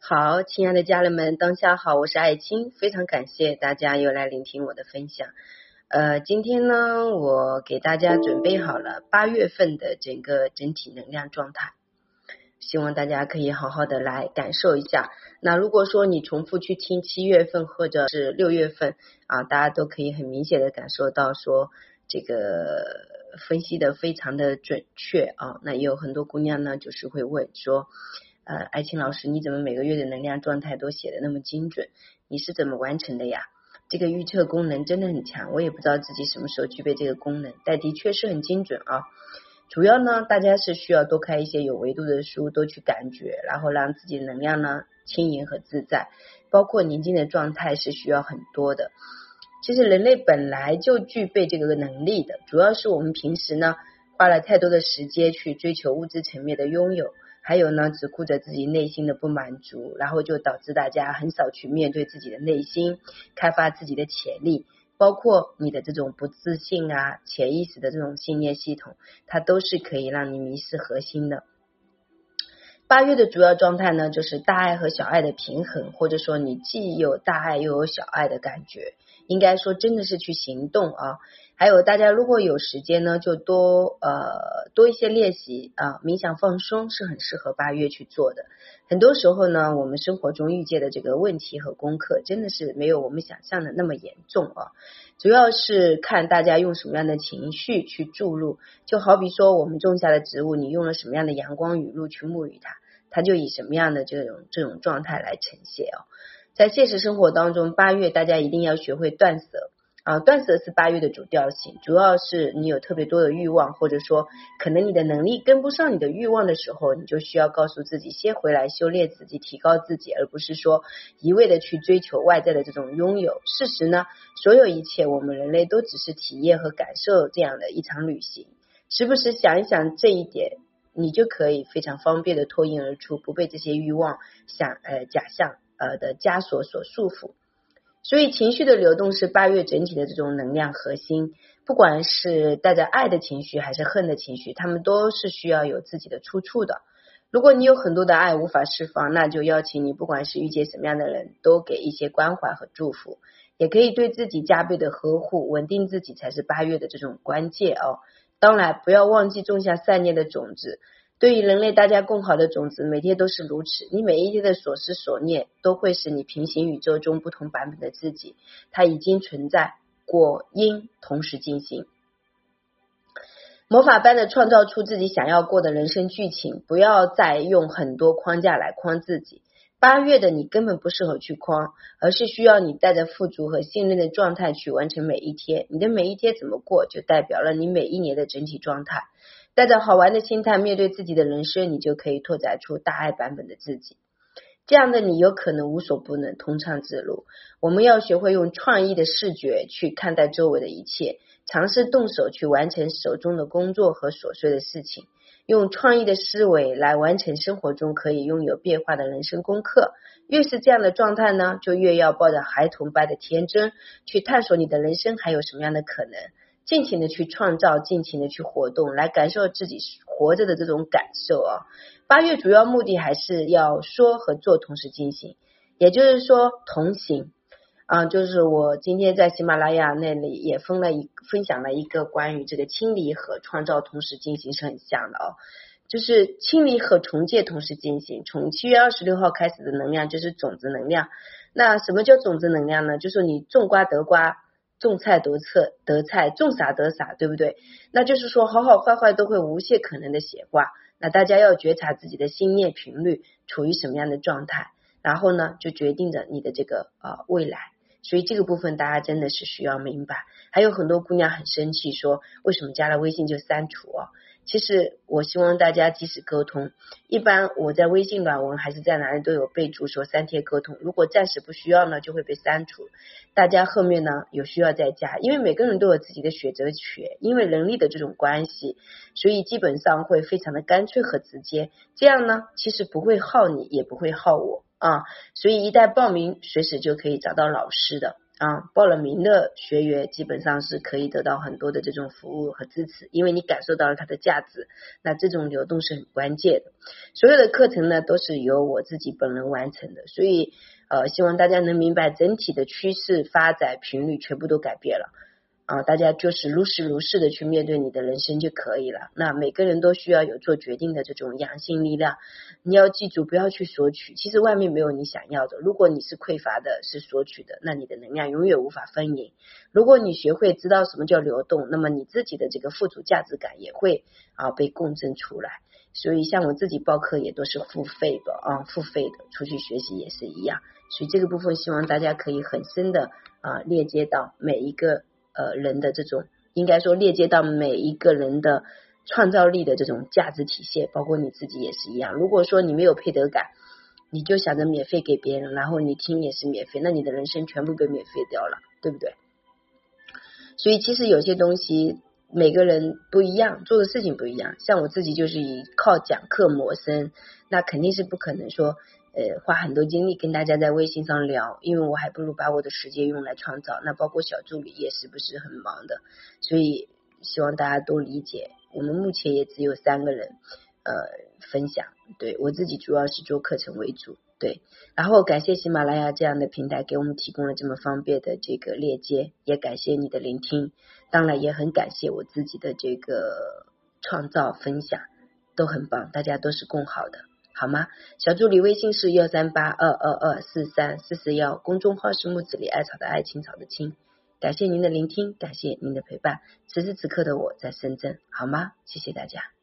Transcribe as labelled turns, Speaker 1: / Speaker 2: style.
Speaker 1: 好，亲爱的家人们，当下好，我是爱青，非常感谢大家又来聆听我的分享。今天呢，我给大家准备好了8月份的整体能量状态，希望大家可以好好的来感受一下。那如果说你重复去听7月份或者是6月份啊，大家都可以很明显的感受到说这个分析的非常的准确啊。那也有很多姑娘呢，就是会问说爱青老师，你怎么每个月的能量状态都写的那么精准？你是怎么完成的呀？这个预测功能真的很强，我也不知道自己什么时候具备这个功能，但的确是很精准啊。主要呢，大家是需要多开一些有维度的书，多去感觉，然后让自己的能量呢轻盈和自在，包括宁静的状态是需要很多的。其实人类本来就具备这个能力的，主要是我们平时呢花了太多的时间去追求物质层面的拥有，还有呢只顾着自己内心的不满足，然后就导致大家很少去面对自己的内心，开发自己的潜力，包括你的这种不自信啊，潜意识的这种信念系统，它都是可以让你迷失核心的。8月的主要状态呢，就是大爱和小爱的平衡，或者说你既有大爱又有小爱的感觉，应该说真的是去行动啊。还有大家如果有时间呢，就多一些练习啊，冥想放松是很适合8月去做的。很多时候呢，我们生活中遇见的这个问题和功课真的是没有我们想象的那么严重啊，主要是看大家用什么样的情绪去注入，就好比说我们种下的植物，你用了什么样的阳光雨露去沐浴它，它就以什么样的这种状态来呈现哦。在现实生活当中，8月大家一定要学会断舍啊，断舍是8月的主调性，主要是你有特别多的欲望，或者说可能你的能力跟不上你的欲望的时候，你就需要告诉自己先回来修炼自己，提高自己，而不是说一味的去追求外在的这种拥有。事实呢，所有一切我们人类都只是体验和感受这样的一场旅行，时不时想一想这一点，你就可以非常方便的脱颖而出，不被这些欲望假象的枷锁所束缚。所以情绪的流动是8月整体的这种能量核心，不管是带着爱的情绪还是恨的情绪，他们都是需要有自己的出处的。如果你有很多的爱无法释放，那就邀请你不管是遇见什么样的人，都给一些关怀和祝福，也可以对自己加倍的呵护，稳定自己才是8月的这种关键哦。当然不要忘记种下善念的种子，对于人类大家共好的种子，每天都是如此。你每一天的所思所念，都会是你平行宇宙中不同版本的自己，它已经存在，果因同时进行。魔法般的创造出自己想要过的人生剧情，不要再用很多框架来框自己。8月的你根本不适合去框，而是需要你带着富足和信任的状态去完成每一天。你的每一天怎么过，就代表了你每一年的整体状态。带着好玩的心态面对自己的人生，你就可以拓展出大爱版本的自己。这样的你有可能无所不能，通畅自如。我们要学会用创意的视觉去看待周围的一切，尝试动手去完成手中的工作和琐碎的事情，用创意的思维来完成生活中可以拥有变化的人生功课。越是这样的状态呢，就越要抱着孩童般的天真去探索你的人生还有什么样的可能，尽情的去创造，尽情的去活动，来感受自己活着的这种感受啊。8月主要目的还是要说和做同时进行，也就是说同行啊，就是我今天在喜马拉雅那里也分享了一个关于这个清理和创造同时进行是很像的哦，就是清理和重建同时进行。从7月26号开始的能量就是种子能量。那什么叫种子能量呢？就是你种瓜得瓜，种菜得菜，种啥得啥，对不对？那就是说好好坏坏都会无限可能的显化。那大家要觉察自己的心念频率处于什么样的状态，然后呢就决定着你的这个未来。所以这个部分大家真的是需要明白。还有很多姑娘很生气说为什么加了微信就删除哦。其实我希望大家及时沟通，一般我在微信软文还是在哪里都有备注说3天沟通，如果暂时不需要呢就会被删除，大家后面呢有需要再加，因为每个人都有自己的选择权，因为人力的这种关系，所以基本上会非常的干脆和直接，这样呢其实不会耗你也不会耗我啊，所以一旦报名随时就可以找到老师的报了名的学员基本上是可以得到很多的这种服务和支持，因为你感受到了它的价值，那这种流动是很关键的。所有的课程呢都是由我自己本人完成的，所以希望大家能明白整体的趋势发展频率全部都改变了大家就是如是的去面对你的人生就可以了。那每个人都需要有做决定的这种阳性力量，你要记住不要去索取，其实外面没有你想要的，如果你是匮乏的是索取的，那你的能量永远无法分赢。如果你学会知道什么叫流动，那么你自己的这个富足价值感也会被共振出来。所以像我自己报课也都是付费的出去学习也是一样，所以这个部分希望大家可以很深的链接到每一个人的这种，应该说链接到每一个人的创造力的这种价值体现，包括你自己也是一样。如果说你没有配得感，你就想着免费给别人，然后你听也是免费，那你的人生全部被免费掉了，对不对？所以其实有些东西每个人不一样，做的事情不一样。像我自己就是以靠讲课谋生，那肯定是不可能说花很多精力跟大家在微信上聊，因为我还不如把我的时间用来创造。那包括小助理也是不是很忙的，所以希望大家都理解。我们目前也只有3个人分享，对，我自己主要是做课程为主，对。然后感谢喜马拉雅这样的平台给我们提供了这么方便的这个链接，也感谢你的聆听，当然也很感谢我自己的这个创造分享，都很棒，大家都是共好的，好吗？小助理微信是13822243441，公众号是木子李艾草的爱，青草的青。感谢您的聆听，感谢您的陪伴，此时此刻的我在深圳，好吗？谢谢大家。